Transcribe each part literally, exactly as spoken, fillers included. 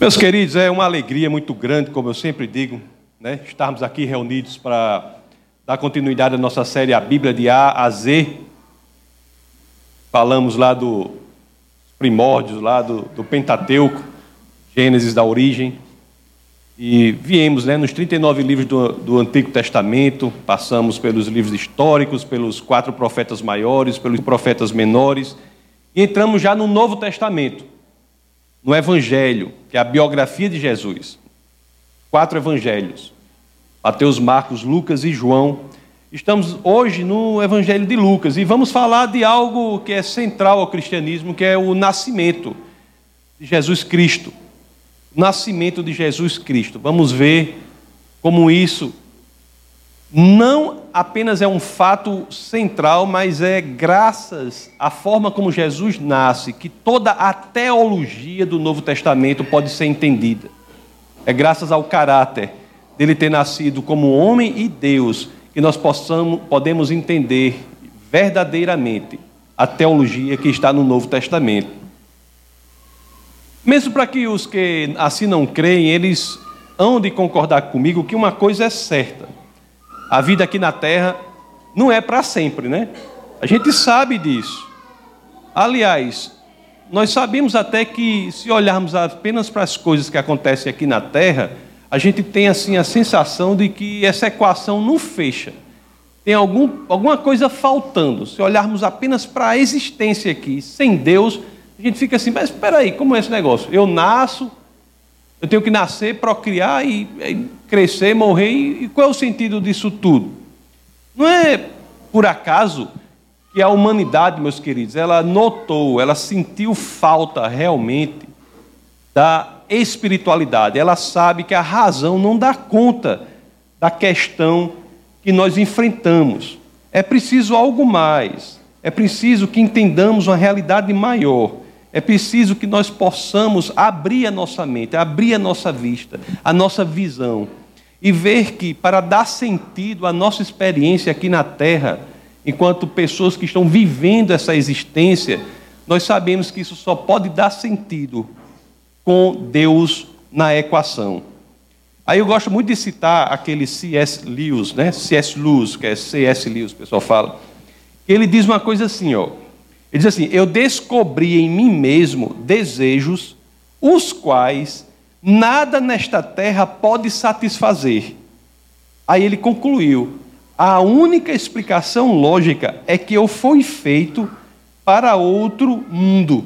Meus queridos, é uma alegria muito grande, como eu sempre digo, né, estarmos aqui reunidos para dar continuidade à nossa série A Bíblia de A a Z. Falamos lá dos primórdios, lá do, do Pentateuco, Gênesis da origem, e viemos, né, nos trinta e nove livros do, do Antigo Testamento, passamos pelos livros históricos, pelos quatro profetas maiores, pelos profetas menores, e entramos já no Novo Testamento, no Evangelho, que é a biografia de Jesus. Quatro evangelhos: Mateus, Marcos, Lucas e João. Estamos hoje no Evangelho de Lucas e vamos falar de algo que é central ao cristianismo, que é o nascimento de Jesus Cristo. O nascimento de Jesus Cristo. Vamos ver como isso não apenas é um fato central, mas é graças à forma como Jesus nasce que toda a teologia do Novo Testamento pode ser entendida. É graças ao caráter dele ter nascido como homem e Deus que nós possamos, podemos entender verdadeiramente a teologia que está no Novo Testamento. Mesmo para que os que assim não creem, eles hão de concordar comigo que uma coisa é certa: a vida aqui na Terra não é para sempre, né? A gente sabe disso. Aliás, nós sabemos até que, se olharmos apenas para as coisas que acontecem aqui na Terra, a gente tem assim a sensação de que essa equação não fecha. Tem algum, alguma coisa faltando. Se olharmos apenas para a existência aqui, sem Deus, a gente fica assim: mas espera aí, como é esse negócio? Eu nasço, eu tenho que nascer, procriar e, e crescer, morrer, e qual é o sentido disso tudo? Não é por acaso que a humanidade, meus queridos, ela notou, ela sentiu falta realmente da espiritualidade. Ela sabe que a razão não dá conta da questão que nós enfrentamos. É preciso algo mais, é preciso que entendamos uma realidade maior. É preciso que nós possamos abrir a nossa mente, abrir a nossa vista, a nossa visão, e ver que, para dar sentido à nossa experiência aqui na Terra, enquanto pessoas que estão vivendo essa existência, nós sabemos que isso só pode dar sentido com Deus na equação. Aí eu gosto muito de citar aquele C S Lewis, né? C S Lewis, que é C S Lewis, o pessoal fala, que ele diz uma coisa assim, ó. Ele diz assim: eu descobri em mim mesmo desejos, os quais nada nesta terra pode satisfazer. Aí ele concluiu: a única explicação lógica é que eu fui feito para outro mundo.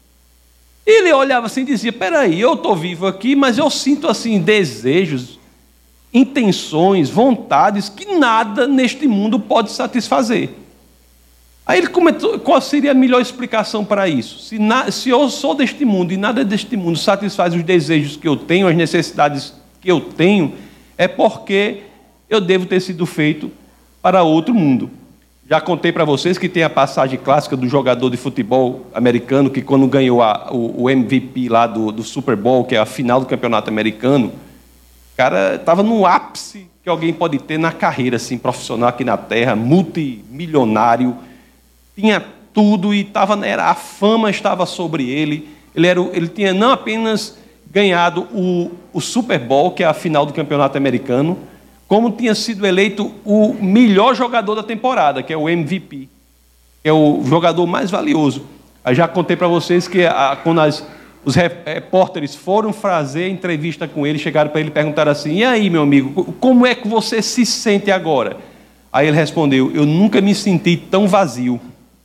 Ele olhava assim e dizia: peraí, eu estou vivo aqui, mas eu sinto assim desejos, intenções, vontades que nada neste mundo pode satisfazer. Aí ele comentou: qual seria a melhor explicação para isso? Se, na, se eu sou deste mundo e nada deste mundo satisfaz os desejos que eu tenho, as necessidades que eu tenho, é porque eu devo ter sido feito para outro mundo. Já contei para vocês que tem a passagem clássica do jogador de futebol americano que, quando ganhou a, o, o M V P lá do, do Super Bowl, que é a final do campeonato americano, o cara estava no ápice que alguém pode ter na carreira assim, profissional aqui na Terra, multimilionário, tinha tudo e tava, era, a fama estava sobre ele. Ele, era, ele tinha não apenas ganhado o, o Super Bowl, que é a final do campeonato americano, como tinha sido eleito o melhor jogador da temporada, que é o M V P, que é o jogador mais valioso. Eu já contei para vocês que a, quando as, os repórteres foram fazer entrevista com ele, chegaram para ele e perguntaram assim: e aí, meu amigo, como é que você se sente agora? Aí ele respondeu: eu nunca me senti tão vazio.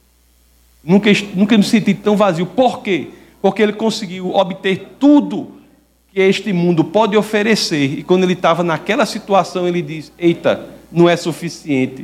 Nunca, nunca me senti tão vazio. Por quê? Porque ele conseguiu obter tudo que este mundo pode oferecer. E quando ele estava naquela situação, ele diz: eita, não é suficiente.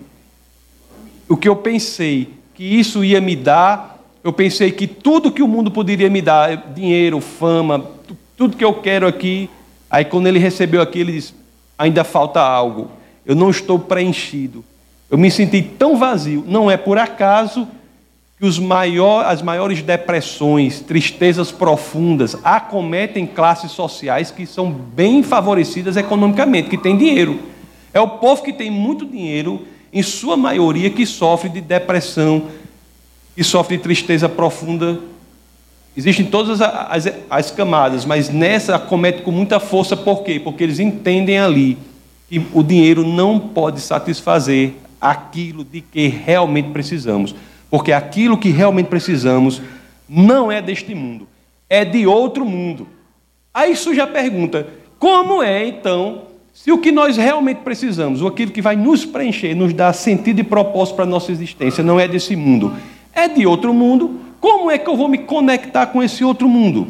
O que eu pensei que isso ia me dar, eu pensei que tudo que o mundo poderia me dar, dinheiro, fama, tudo que eu quero aqui. Aí quando ele recebeu aqui, ele diz: ainda falta algo. Eu não estou preenchido. Eu me senti tão vazio. Não é por acaso que os maior, as maiores depressões, tristezas profundas acometem classes sociais que são bem favorecidas economicamente, que têm dinheiro. É o povo que tem muito dinheiro, em sua maioria, que sofre de depressão, que sofre de tristeza profunda Existem todas as, as camadas, mas nessa acomete com muita força. Por quê? Porque eles entendem ali que o dinheiro não pode satisfazer aquilo de que realmente precisamos. Porque aquilo que realmente precisamos não é deste mundo, é de outro mundo. Aí surge a pergunta, como é então, se o que nós realmente precisamos, ou aquilo que vai nos preencher, nos dar sentido e propósito para a nossa existência, não é desse mundo, é de outro mundo, como é que eu vou me conectar com esse outro mundo?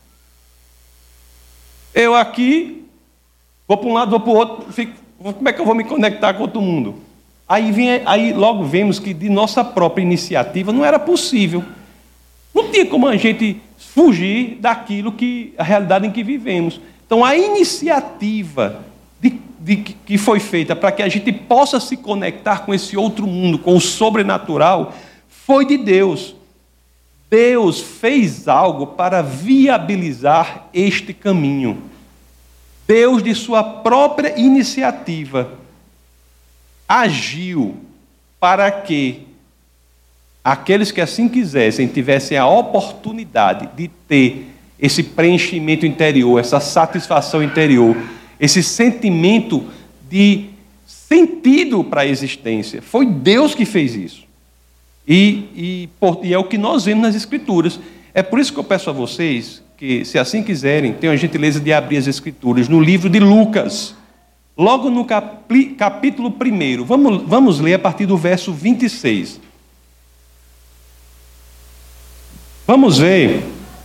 Eu aqui, vou para um lado, vou para o outro, fico, como é que eu vou me conectar com outro mundo? Aí, vem, aí logo vemos que de nossa própria iniciativa não era possível. Não tinha como a gente fugir daquilo que, a realidade em que vivemos. Então a iniciativa de, de, que foi feita para que a gente possa se conectar com esse outro mundo, com o sobrenatural, foi de Deus. Deus fez algo para viabilizar este caminho. Deus, de sua própria iniciativa, agiu para que aqueles que assim quisessem tivessem a oportunidade de ter esse preenchimento interior, essa satisfação interior, esse sentimento de sentido para a existência. Foi Deus que fez isso. E, e, por, e é o que nós vemos nas Escrituras. É por isso que eu peço a vocês que, se assim quiserem, tenham a gentileza de abrir as Escrituras no livro de Lucas, logo no capi, capítulo primeiro. Vamos, vamos ler a partir do verso vinte e seis. Vamos ver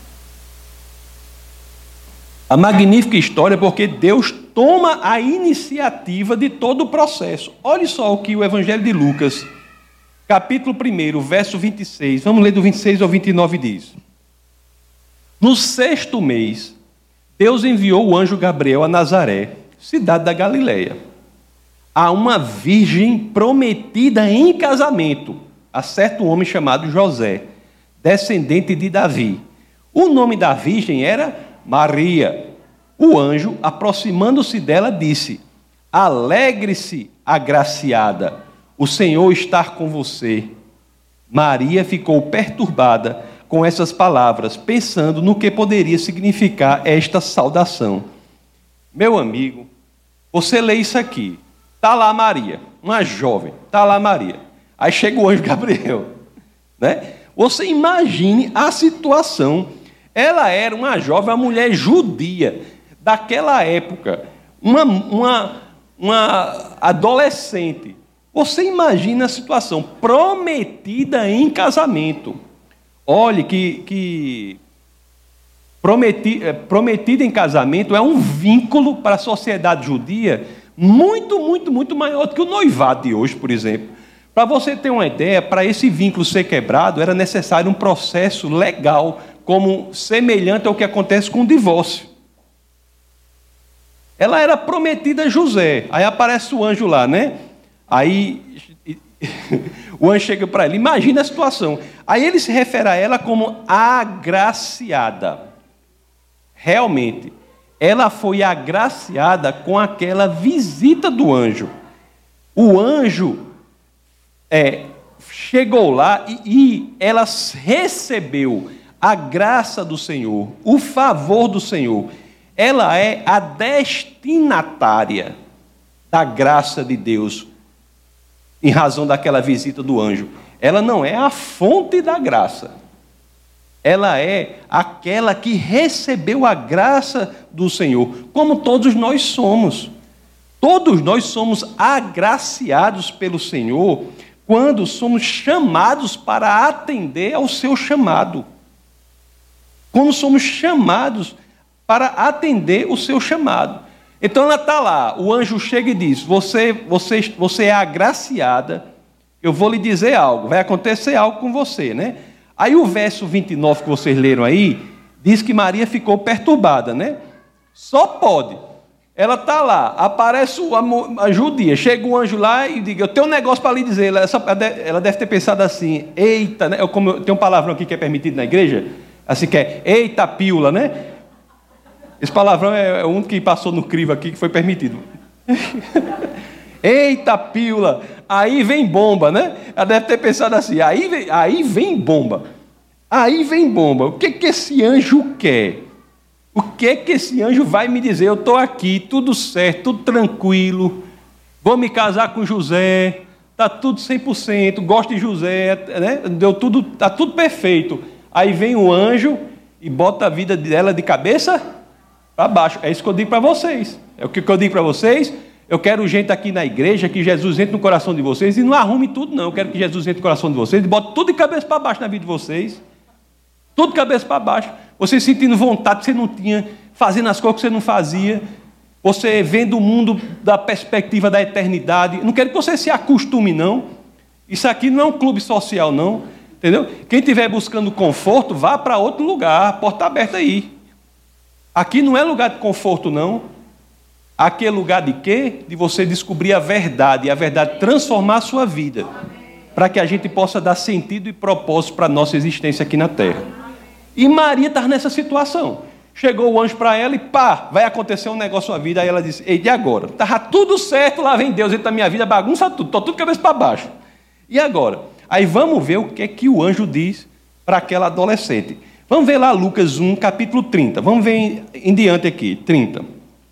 a magnífica história, porque Deus toma a iniciativa de todo o processo. Olhe só o que o Evangelho de Lucas, capítulo primeiro, verso vinte e seis, vamos ler do vinte e seis ao vinte e nove, diz: No sexto mês, Deus enviou o anjo Gabriel a Nazaré, cidade da Galileia, a uma virgem prometida em casamento a certo homem chamado José, descendente de Davi. O nome da virgem era Maria. O anjo, aproximando-se dela, disse: Alegre-se, agraciada, o Senhor está com você. Maria ficou perturbada com essas palavras, pensando no que poderia significar esta saudação. Meu amigo, você lê isso aqui, está lá Maria, uma jovem, está lá Maria. Aí chega o anjo Gabriel, né? Você imagine a situação. Ela era uma jovem, uma mulher judia daquela época, uma, uma, uma adolescente. Você imagina a situação, prometida em casamento. Olhe que, que prometi, prometida em casamento é um vínculo para a sociedade judia muito, muito, muito maior do que o noivado de hoje, por exemplo. Para você ter uma ideia, para esse vínculo ser quebrado, era necessário um processo legal, como semelhante ao que acontece com o divórcio. Ela era prometida a José, aí aparece o anjo lá, né? Aí o anjo chega para ela, imagina a situação. Aí ele se refere a ela como agraciada. Realmente, ela foi agraciada com aquela visita do anjo. O anjo é, chegou lá e, e ela recebeu a graça do Senhor, o favor do Senhor. Ela é a destinatária da graça de Deus, em razão daquela visita do anjo. Ela não é a fonte da graça. Ela é aquela que recebeu a graça do Senhor, como todos nós somos. Todos nós somos agraciados pelo Senhor quando somos chamados para atender ao seu chamado. Quando somos chamados para atender o seu chamado. Então ela está lá, o anjo chega e diz: você, você, você é agraciada, eu vou lhe dizer algo, vai acontecer algo com você, né? Aí o verso vinte e nove que vocês leram aí, diz que Maria ficou perturbada, né? Só pode. Ela está lá, aparece a, a judia, chega o anjo lá e diz: eu tenho um negócio para lhe dizer. Ela, ela deve ter pensado assim: eita, né? Como tem um palavrão aqui que é permitido na igreja, assim que é, eita pílula, né? Esse palavrão é um que passou no crivo aqui, que foi permitido. Eita pílula, aí vem bomba, né? Ela deve ter pensado assim, aí vem, aí vem bomba. Aí vem bomba. O que que esse anjo quer? O que que esse anjo vai me dizer? Eu estou aqui, tudo certo, tudo tranquilo, vou me casar com José, está tudo cem por cento, gosto de José, né? Deu tudo, está tudo perfeito. Aí vem o anjo e bota a vida dela de cabeça para baixo. É isso que eu digo para vocês. É o que eu digo para vocês. Eu quero gente aqui na igreja, que Jesus entre no coração de vocês e não arrume tudo, não. Eu quero que Jesus entre no coração de vocês e bote tudo de cabeça para baixo na vida de vocês. Tudo de cabeça para baixo. Você sentindo vontade que você não tinha, fazendo as coisas que você não fazia. Você vendo o mundo da perspectiva da eternidade. Não quero que você se acostume, não. Isso aqui não é um clube social, não. Entendeu? Quem estiver buscando conforto, vá para outro lugar. A porta aberta aí. Aqui não é lugar de conforto, não. Aqui é lugar de quê? De você descobrir a verdade. E a verdade transformar a sua vida. Para que a gente possa dar sentido e propósito para a nossa existência aqui na Terra. E Maria estava nessa situação. Chegou o anjo para ela e pá, vai acontecer um negócio na vida. Aí ela disse, ei, e agora? Estava tudo certo, lá vem Deus, ele está na minha vida, bagunça tudo, estou tudo cabeça para baixo. E agora? Aí vamos ver o que é que o anjo diz para aquela adolescente. Vamos ver lá Lucas um, capítulo trinta. Vamos ver em, em diante aqui, trinta.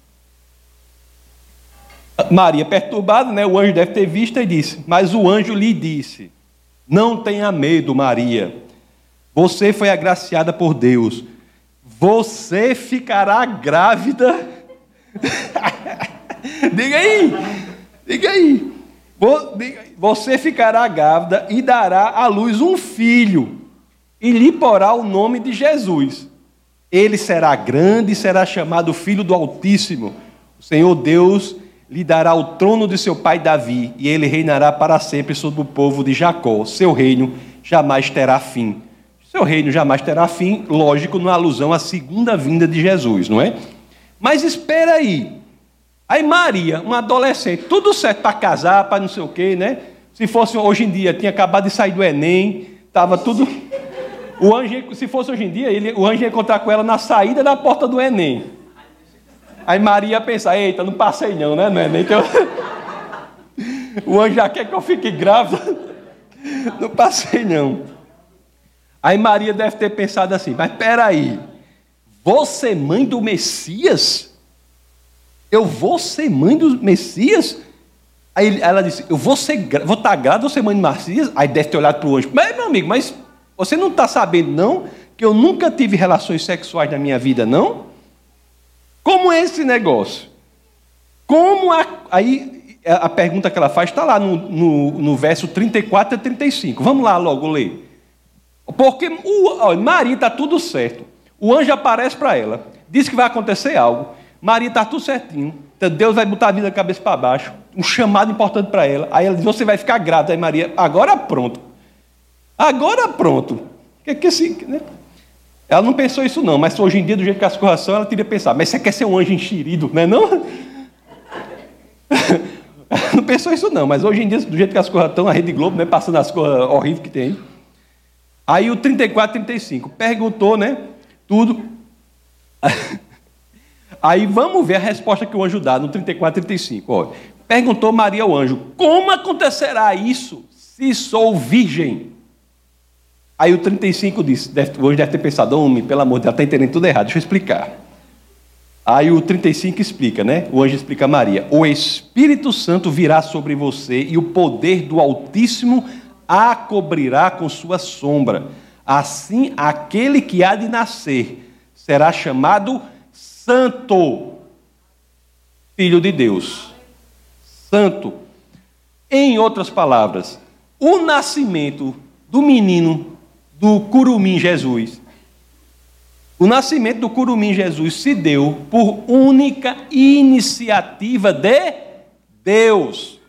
Maria perturbada, né? O anjo deve ter visto e disse, mas o anjo lhe disse, não tenha medo, Maria, você foi agraciada por Deus, você ficará grávida. Diga aí, diga aí, você ficará grávida e dará à luz um filho, e lhe porá o nome de Jesus. Ele será grande e será chamado Filho do Altíssimo. O Senhor Deus lhe dará o trono de seu pai Davi, e ele reinará para sempre sobre o povo de Jacó. Seu reino jamais terá fim. Seu reino jamais terá fim, lógico, numa alusão à segunda vinda de Jesus, não é? Mas espera aí. Aí Maria, uma adolescente, tudo certo para casar, para não sei o quê, né? Se fosse hoje em dia, tinha acabado de sair do Enem, estava tudo... O anjo, se fosse hoje em dia, ele, o anjo ia encontrar com ela na saída da porta do Enem. Aí Maria ia pensar, eita, não passei não, né? Não é nem que eu... O anjo já quer que eu fique grávida. Não passei não. Aí Maria deve ter pensado assim, mas peraí, vou ser mãe do Messias? Eu vou ser mãe do Messias? Aí ela disse, eu vou ser, vou estar grávida, vou ser mãe do Messias? Aí deve ter olhado para o anjo, mas meu amigo, mas você não está sabendo não, que eu nunca tive relações sexuais na minha vida não? Como é esse negócio? Como a... Aí a pergunta que ela faz está lá no, no, no verso trinta e quatro a trinta e cinco. Vamos lá logo ler. Porque o, ó, Maria está tudo certo. O anjo aparece para ela, diz que vai acontecer algo. Maria está tudo certinho. Então Deus vai botar a vida da cabeça para baixo. Um chamado importante para ela. Aí ela diz, você vai ficar grávida. Aí Maria, agora pronto. Agora pronto. Que, que esse, né? Ela não pensou isso não, mas hoje em dia, do jeito que as coisas são, ela teria pensado, mas você quer ser um anjo enxerido, não é não? Não pensou isso não, mas hoje em dia, do jeito que as coisas estão, a Rede Globo, né, passando as coisas horríveis que tem. Aí o trinta e quatro, trinta e cinco, perguntou, né, tudo. Aí vamos ver a resposta que o anjo dá no trinta e quatro, trinta e cinco. Ó, perguntou Maria ao anjo, como acontecerá isso se sou virgem? Aí o trinta e cinco disse, deve, hoje deve ter pensado, homem, pelo amor de Deus, está entendendo tudo errado, deixa eu explicar. Aí o trinta e cinco explica, né? O anjo explica a Maria, o Espírito Santo virá sobre você e o poder do Altíssimo a cobrirá com sua sombra. Assim, aquele que há de nascer será chamado Santo, Filho de Deus. Santo. Em outras palavras, o nascimento do menino do curumim Jesus. O nascimento do curumim Jesus se deu por única iniciativa de Deus.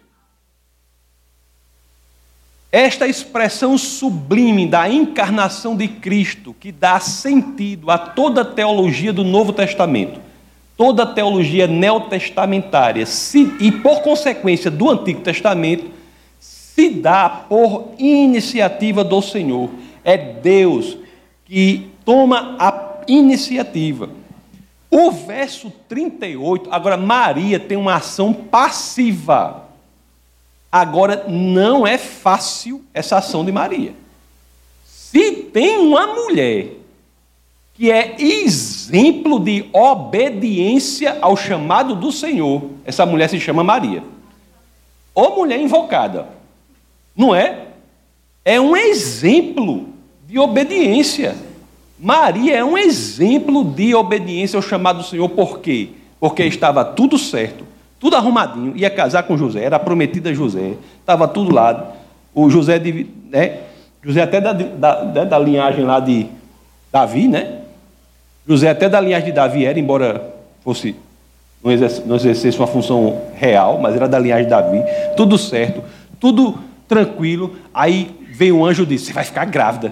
Esta expressão sublime da encarnação de Cristo, que dá sentido a toda a teologia do Novo Testamento, toda a teologia neotestamentária, se, e por consequência do Antigo Testamento, se dá por iniciativa do Senhor. É Deus que toma a iniciativa. O verso trinta e oito, agora Maria tem uma ação passiva. Agora não é fácil essa ação de Maria. Se tem uma mulher que é exemplo de obediência ao chamado do Senhor, essa mulher se chama Maria. Ou mulher invocada, não é? É um exemplo de obediência. Maria é um exemplo de obediência ao chamado do Senhor. Por quê? Porque estava tudo certo, tudo arrumadinho, ia casar com José, era prometida a José, estava tudo lá. O José, de, né? José até da, da, da linhagem lá de Davi, né? José até da linhagem de Davi era, embora fosse, não exercesse, não exercesse uma função real, mas era da linhagem de Davi, tudo certo, tudo tranquilo. Aí veio um anjo e disse: você vai ficar grávida.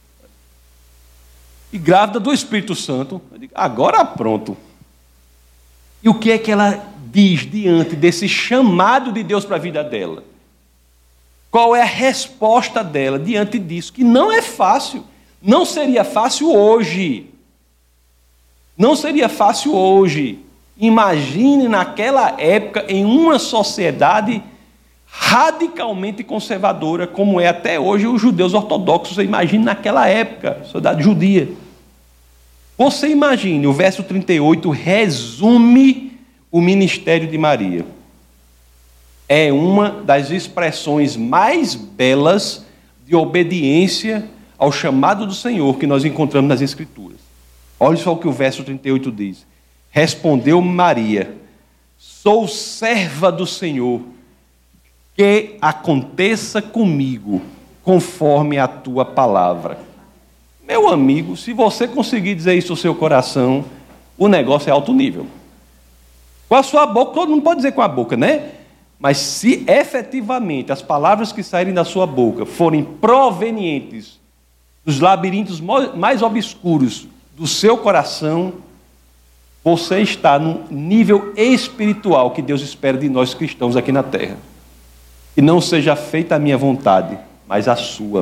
E grávida do Espírito Santo. Eu digo, agora pronto. E o que é que ela diz diante desse chamado de Deus para a vida dela? Qual é a resposta dela diante disso? Que não é fácil. Não seria fácil hoje. Não seria fácil hoje. Imagine naquela época, em uma sociedade radicalmente conservadora, como é até hoje os judeus ortodoxos. Imagine naquela época, sociedade judia. Você imagine, o verso trinta e oito resume o ministério de Maria. É uma das expressões mais belas de obediência ao chamado do Senhor que nós encontramos nas Escrituras. Olha só o que o verso trinta e oito diz. Respondeu Maria: sou serva do Senhor, que aconteça comigo conforme a tua palavra. Meu amigo, se você conseguir dizer isso no seu coração, o negócio é alto nível. Com a sua boca, todo mundo pode dizer com a boca, né? Mas se efetivamente as palavras que saírem da sua boca forem provenientes dos labirintos mais obscuros do seu coração, você está no nível espiritual que Deus espera de nós cristãos aqui na terra. Que não seja feita a minha vontade, mas a sua.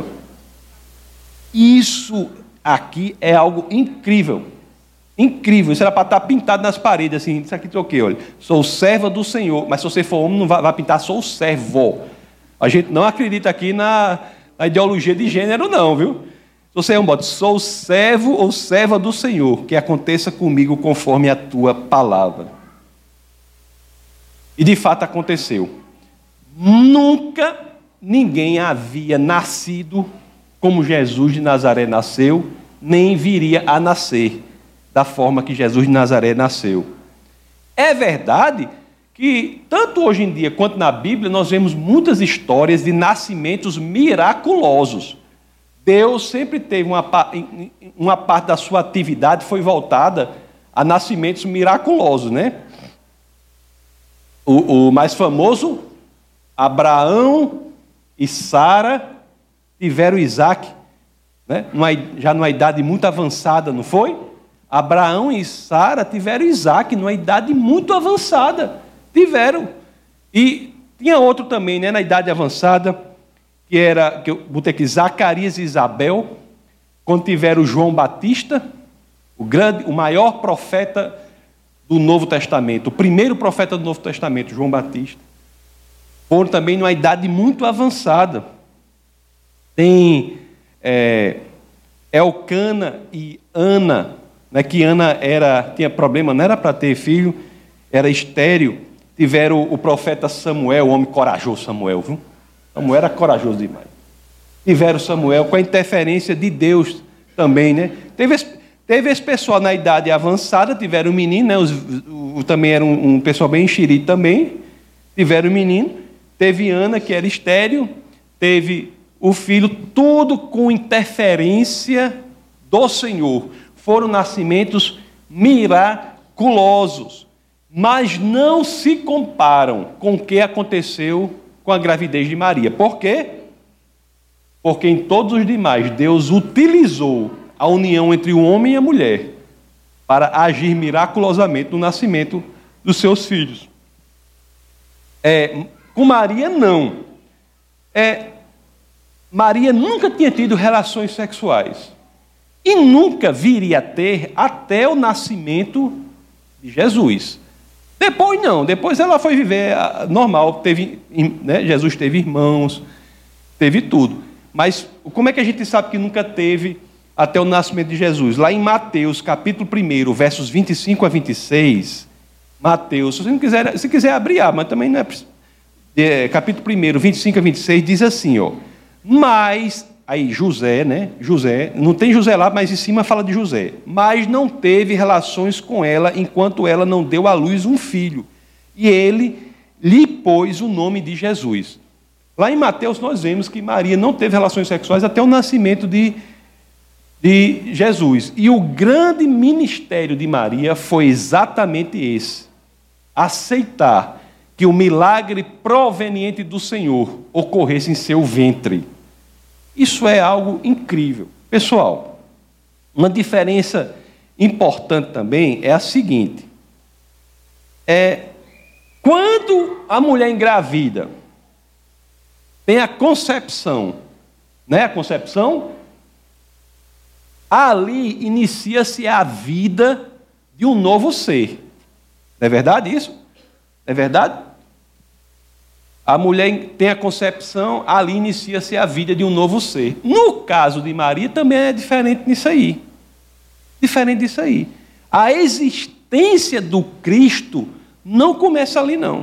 Isso aqui é algo incrível. Incrível. Isso era para estar pintado nas paredes, assim. Isso aqui troquei, olha. Sou serva do Senhor. Mas se você for homem, não vai, vai pintar, sou servo. A gente não acredita aqui na, na ideologia de gênero, não, viu? Se você é um bote, sou servo ou serva do Senhor, que aconteça comigo conforme a tua palavra. E de fato aconteceu. Nunca ninguém havia nascido como Jesus de Nazaré nasceu, nem viria a nascer da forma que Jesus de Nazaré nasceu. É verdade que, tanto hoje em dia quanto na Bíblia, nós vemos muitas histórias de nascimentos miraculosos. Deus sempre teve uma, uma parte da sua atividade foi voltada a nascimentos miraculosos, né? O, o mais famoso, Abraão e Sara tiveram Isaac, né? Numa, já numa idade muito avançada, não foi? Abraão e Sara tiveram Isaac numa idade muito avançada. Tiveram. E tinha outro também, né, na idade avançada, que era, que eu botei aqui, Zacarias e Isabel, quando tiveram João Batista, o grande, o maior profeta do Novo Testamento, o primeiro profeta do Novo Testamento, João Batista. Foram também numa idade muito avançada. Tem é, Elcana e Ana, né, que Ana era, tinha problema, não era para ter filho, era estéril. Tiveram o profeta Samuel, o homem corajoso Samuel, viu? Samuel era corajoso demais. Tiveram Samuel com a interferência de Deus também, né? Teve esse, teve esse pessoal na idade avançada, tiveram um menino, né? Os, o, também era um, um pessoal bem enxerido também, tiveram um menino. Teve Ana, que era estéril, teve o filho, tudo com interferência do Senhor. Foram nascimentos miraculosos, mas não se comparam com o que aconteceu com a gravidez de Maria. Por quê? Porque em todos os demais, Deus utilizou a união entre o homem e a mulher para agir miraculosamente no nascimento dos seus filhos. É, com Maria, não. É, Maria nunca tinha tido relações sexuais. E nunca viria a ter até o nascimento de Jesus. Depois não, depois ela foi viver normal, teve, né, Jesus teve irmãos, teve tudo. Mas como é que a gente sabe que nunca teve até o nascimento de Jesus? Lá em Mateus, capítulo um, versos vinte e cinco a vinte e seis, Mateus, se você não quiser, se quiser abrir, ah, mas também não é, é capítulo um, vinte e cinco a vinte e seis, diz assim, ó, mas, aí José, né, José, não tem José lá, mas em cima fala de José, mas não teve relações com ela enquanto ela não deu à luz um filho, e ele lhe pôs o nome de Jesus. Lá em Mateus nós vemos que Maria não teve relações sexuais até o nascimento de, de Jesus. E o grande ministério de Maria foi exatamente esse: aceitar que o milagre proveniente do Senhor ocorresse em seu ventre. Isso é algo incrível. Pessoal, uma diferença importante também é a seguinte: é, quando a mulher engravida, tem a concepção, né? A concepção, ali inicia-se a vida de um novo ser. Não é verdade isso? Não é verdade? A mulher tem a concepção, ali inicia-se a vida de um novo ser. No caso de Maria também é diferente disso aí. Diferente disso aí. A existência do Cristo não começa ali, não.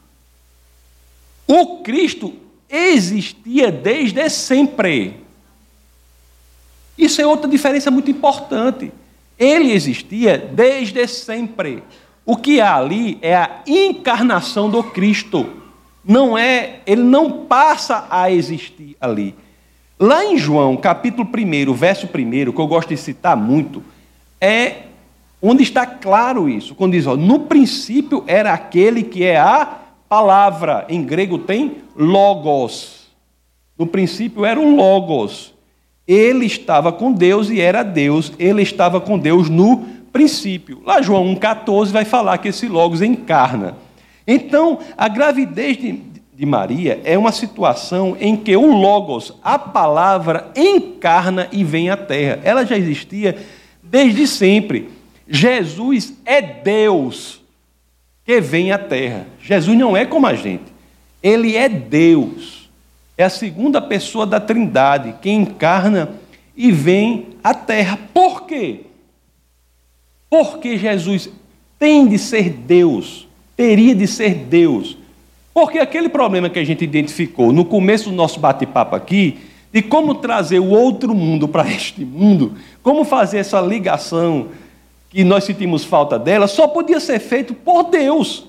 O Cristo existia desde sempre. Isso é outra diferença muito importante. Ele existia desde sempre. O que há ali é a encarnação do Cristo. Não é, ele não passa a existir ali. Lá em João, capítulo um, verso um, que eu gosto de citar muito, é onde está claro isso. Quando diz, ó, no princípio era aquele que é a palavra, em grego tem logos. No princípio era o logos. Ele estava com Deus e era Deus. Ele estava com Deus no princípio. Lá João um, catorze vai falar que esse logos encarna. Então, a gravidez de, de Maria é uma situação em que o logos, a palavra, encarna e vem à terra. Ela já existia desde sempre. Jesus é Deus que vem à terra. Jesus não é como a gente. Ele é Deus. É a segunda pessoa da Trindade que encarna e vem à terra. Por quê? Porque Jesus tem de ser Deus. Teria de ser Deus. Porque aquele problema que a gente identificou no começo do nosso bate-papo aqui, de como trazer o outro mundo para este mundo, como fazer essa ligação que nós sentimos falta dela, só podia ser feito por Deus.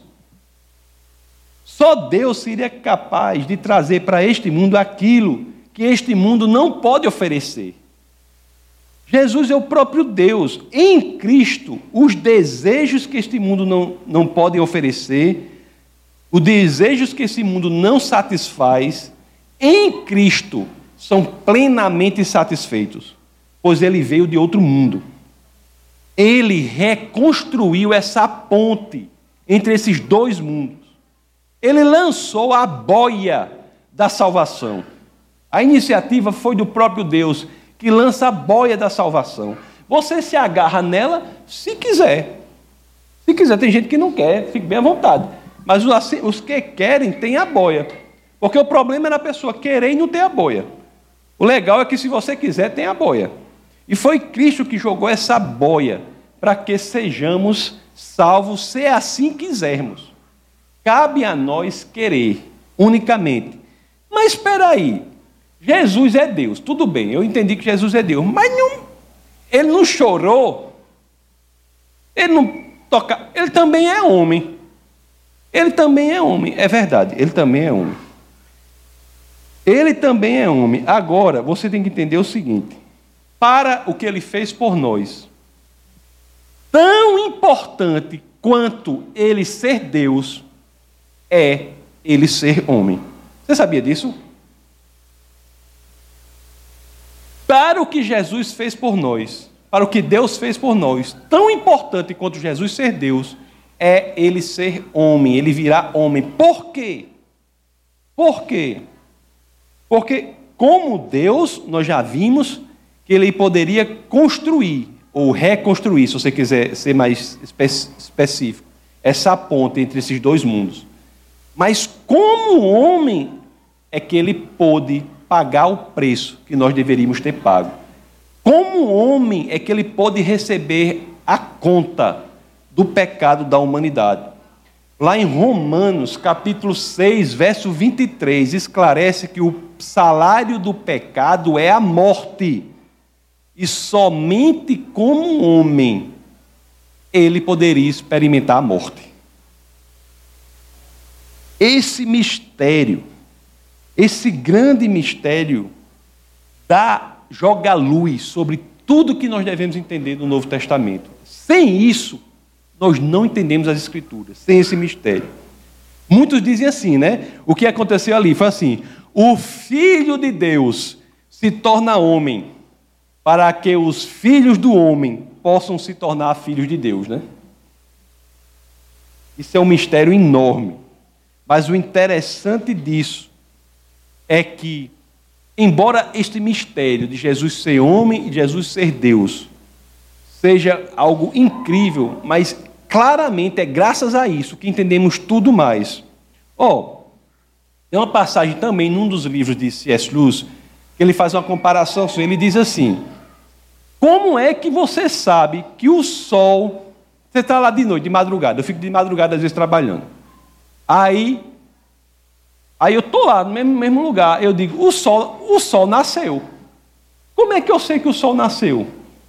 Só Deus seria capaz de trazer para este mundo aquilo que este mundo não pode oferecer. Jesus é o próprio Deus. Em Cristo, os desejos que este mundo não, não pode oferecer, os desejos que esse mundo não satisfaz, em Cristo são plenamente satisfeitos, pois ele veio de outro mundo. Ele reconstruiu essa ponte entre esses dois mundos. Ele lançou a boia da salvação. A iniciativa foi do próprio Deus, que lança a boia da salvação. Você se agarra nela se quiser. Se quiser, tem gente que não quer, fique bem à vontade. Mas os que querem têm a boia. Porque o problema é na pessoa querer e não ter a boia. O legal é que se você quiser, tem a boia. E foi Cristo que jogou essa boia para que sejamos salvos, se assim quisermos. Cabe a nós querer, unicamente. Mas espera aí, Jesus é Deus, tudo bem, eu entendi que Jesus é Deus, mas não, ele não chorou, ele não toca, ele também é homem. Ele também é homem, é verdade, ele também é homem. Ele também é homem. Agora, você tem que entender o seguinte: para o que ele fez por nós, tão importante quanto ele ser Deus, é ele ser homem. Você sabia disso? Para o que Jesus fez por nós, para o que Deus fez por nós, tão importante quanto Jesus ser Deus, é ele ser homem, ele virar homem. Por quê? Por quê? Porque, como Deus, nós já vimos que ele poderia construir, ou reconstruir, se você quiser ser mais espe- específico, essa ponte entre esses dois mundos. Mas como homem é que ele pôde pagar o preço que nós deveríamos ter pago. Como homem é que ele pode receber a conta do pecado da humanidade? Lá em Romanos, capítulo seis, verso vinte e três, esclarece que o salário do pecado é a morte. E somente como homem ele poderia experimentar a morte. Esse mistério, esse grande mistério, dá, joga luz sobre tudo que nós devemos entender no Novo Testamento. Sem isso, nós não entendemos as Escrituras, sem esse mistério. Muitos dizem assim, né? O que aconteceu ali foi assim: o Filho de Deus se torna homem para que os filhos do homem possam se tornar filhos de Deus, né? Isso é um mistério enorme. Mas o interessante disso é que, embora este mistério de Jesus ser homem e Jesus ser Deus seja algo incrível, mas claramente é graças a isso que entendemos tudo mais. Ó, oh, tem uma passagem também num dos livros de C S Lewis que ele faz uma comparação, ele diz assim: como é que você sabe que o sol... Você está lá de noite, de madrugada, eu fico de madrugada às vezes trabalhando. Aí, aí eu estou lá no mesmo, mesmo lugar, eu digo, o sol, o sol nasceu. Como é que eu sei que o sol nasceu?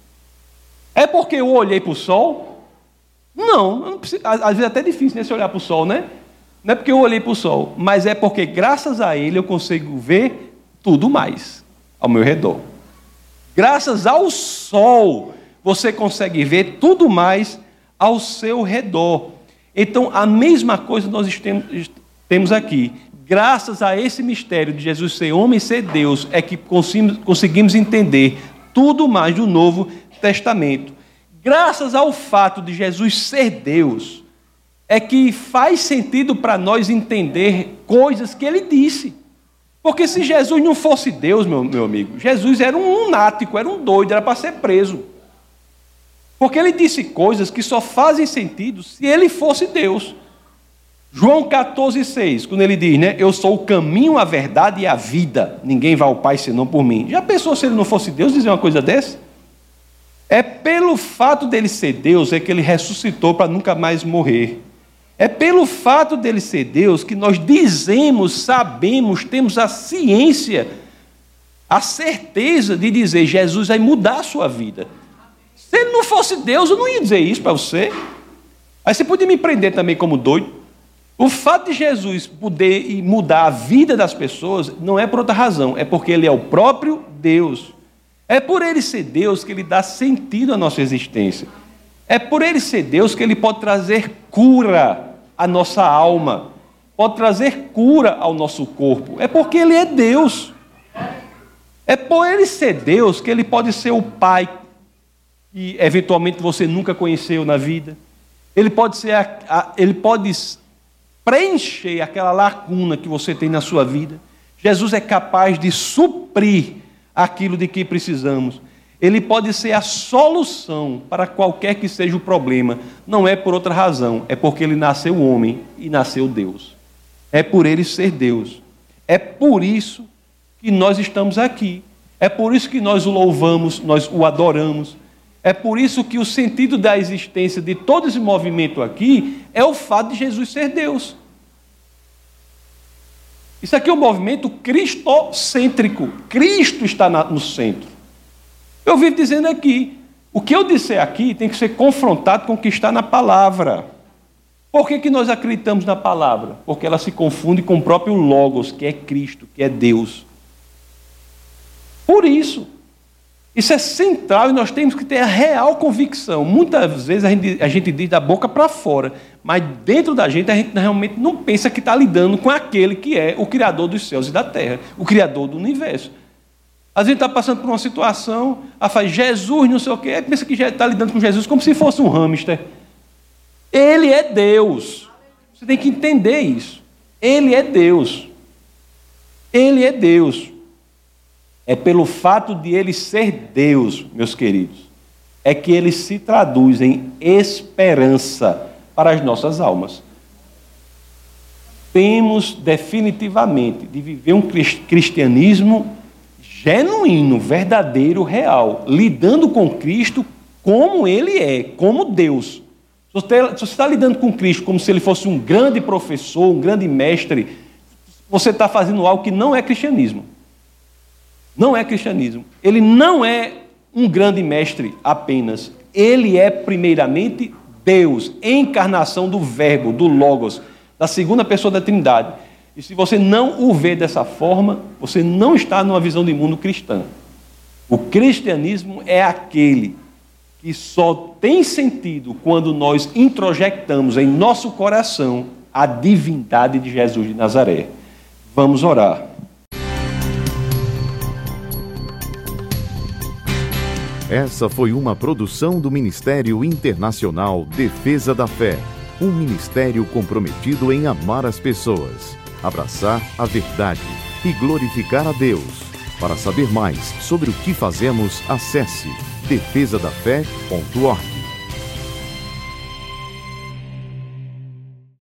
É porque eu olhei para o sol? Não, não preciso, às vezes é até difícil, né, se olhar para o sol, né? Não é porque eu olhei para o sol, mas é porque graças a ele eu consigo ver tudo mais ao meu redor. Graças ao sol, você consegue ver tudo mais ao seu redor. Então, a mesma coisa nós temos aqui. Graças a esse mistério de Jesus ser homem e ser Deus, é que conseguimos entender tudo mais do Novo Testamento. Graças ao fato de Jesus ser Deus, é que faz sentido para nós entender coisas que ele disse. Porque se Jesus não fosse Deus, meu, meu amigo, Jesus era um lunático, era um doido, era para ser preso. Porque ele disse coisas que só fazem sentido se ele fosse Deus. João catorze, seis, quando ele diz, né, eu sou o caminho, a verdade e a vida, ninguém vai ao Pai senão por mim. Já pensou se ele não fosse Deus dizer uma coisa dessa? É pelo fato dele ser Deus é que ele ressuscitou para nunca mais morrer. É pelo fato dele ser Deus que nós dizemos, sabemos, temos a ciência, a certeza de dizer, Jesus vai mudar a sua vida. Se ele não fosse Deus, eu não ia dizer isso para você. Aí você podia me prender também como doido. O fato de Jesus poder mudar a vida das pessoas não é por outra razão, é porque ele é o próprio Deus. É por ele ser Deus que ele dá sentido à nossa existência. É por ele ser Deus que ele pode trazer cura à nossa alma, pode trazer cura ao nosso corpo. É porque ele é Deus. É por ele ser Deus que ele pode ser o Pai que eventualmente você nunca conheceu na vida. Ele pode ser a, a, ele pode preencher aquela lacuna que você tem na sua vida. Jesus é capaz de suprir aquilo de que precisamos. Ele pode ser a solução para qualquer que seja o problema. Não é por outra razão, é porque ele nasceu homem e nasceu Deus. É por ele ser Deus. É por isso que nós estamos aqui. É por isso que nós o louvamos, nós o adoramos. É por isso que o sentido da existência de todo esse movimento aqui é o fato de Jesus ser Deus. Isso aqui é um movimento cristocêntrico. Cristo está no centro. Eu vivo dizendo aqui, o que eu disser aqui tem que ser confrontado com o que está na palavra. Por que que nós acreditamos na palavra? Porque ela se confunde com o próprio Logos, que é Cristo, que é Deus. Por isso. Isso é central e nós temos que ter a real convicção. Muitas vezes a gente, a gente diz da boca para fora, mas dentro da gente a gente realmente não pensa que está lidando com aquele que é o Criador dos céus e da terra, o Criador do universo. Às vezes está passando por uma situação, a faz Jesus, não sei o quê, pensa que já está lidando com Jesus como se fosse um hamster. Ele é Deus. Você tem que entender isso. Ele é Deus. Ele é Deus. É pelo fato de ele ser Deus, meus queridos, é que ele se traduz em esperança para as nossas almas. temos definitivamente de viver um cristianismo genuíno, verdadeiro, real, lidando com Cristo como Ele é, como Deus. Se você está lidando com Cristo como se Ele fosse um grande professor, um grande mestre, você está fazendo algo que não é cristianismo. Não é cristianismo. Ele não é um grande mestre apenas. Ele é, primeiramente, Deus, encarnação do Verbo, do Logos, da segunda pessoa da Trindade. E se você não o vê dessa forma, você não está numa visão de mundo cristã. O cristianismo é aquele que só tem sentido quando nós introjectamos em nosso coração a divindade de Jesus de Nazaré. Vamos orar. Essa foi uma produção do Ministério Internacional Defesa da Fé, um ministério comprometido em amar as pessoas, abraçar a verdade e glorificar a Deus. Para saber mais sobre o que fazemos, acesse defesa da fé ponto org.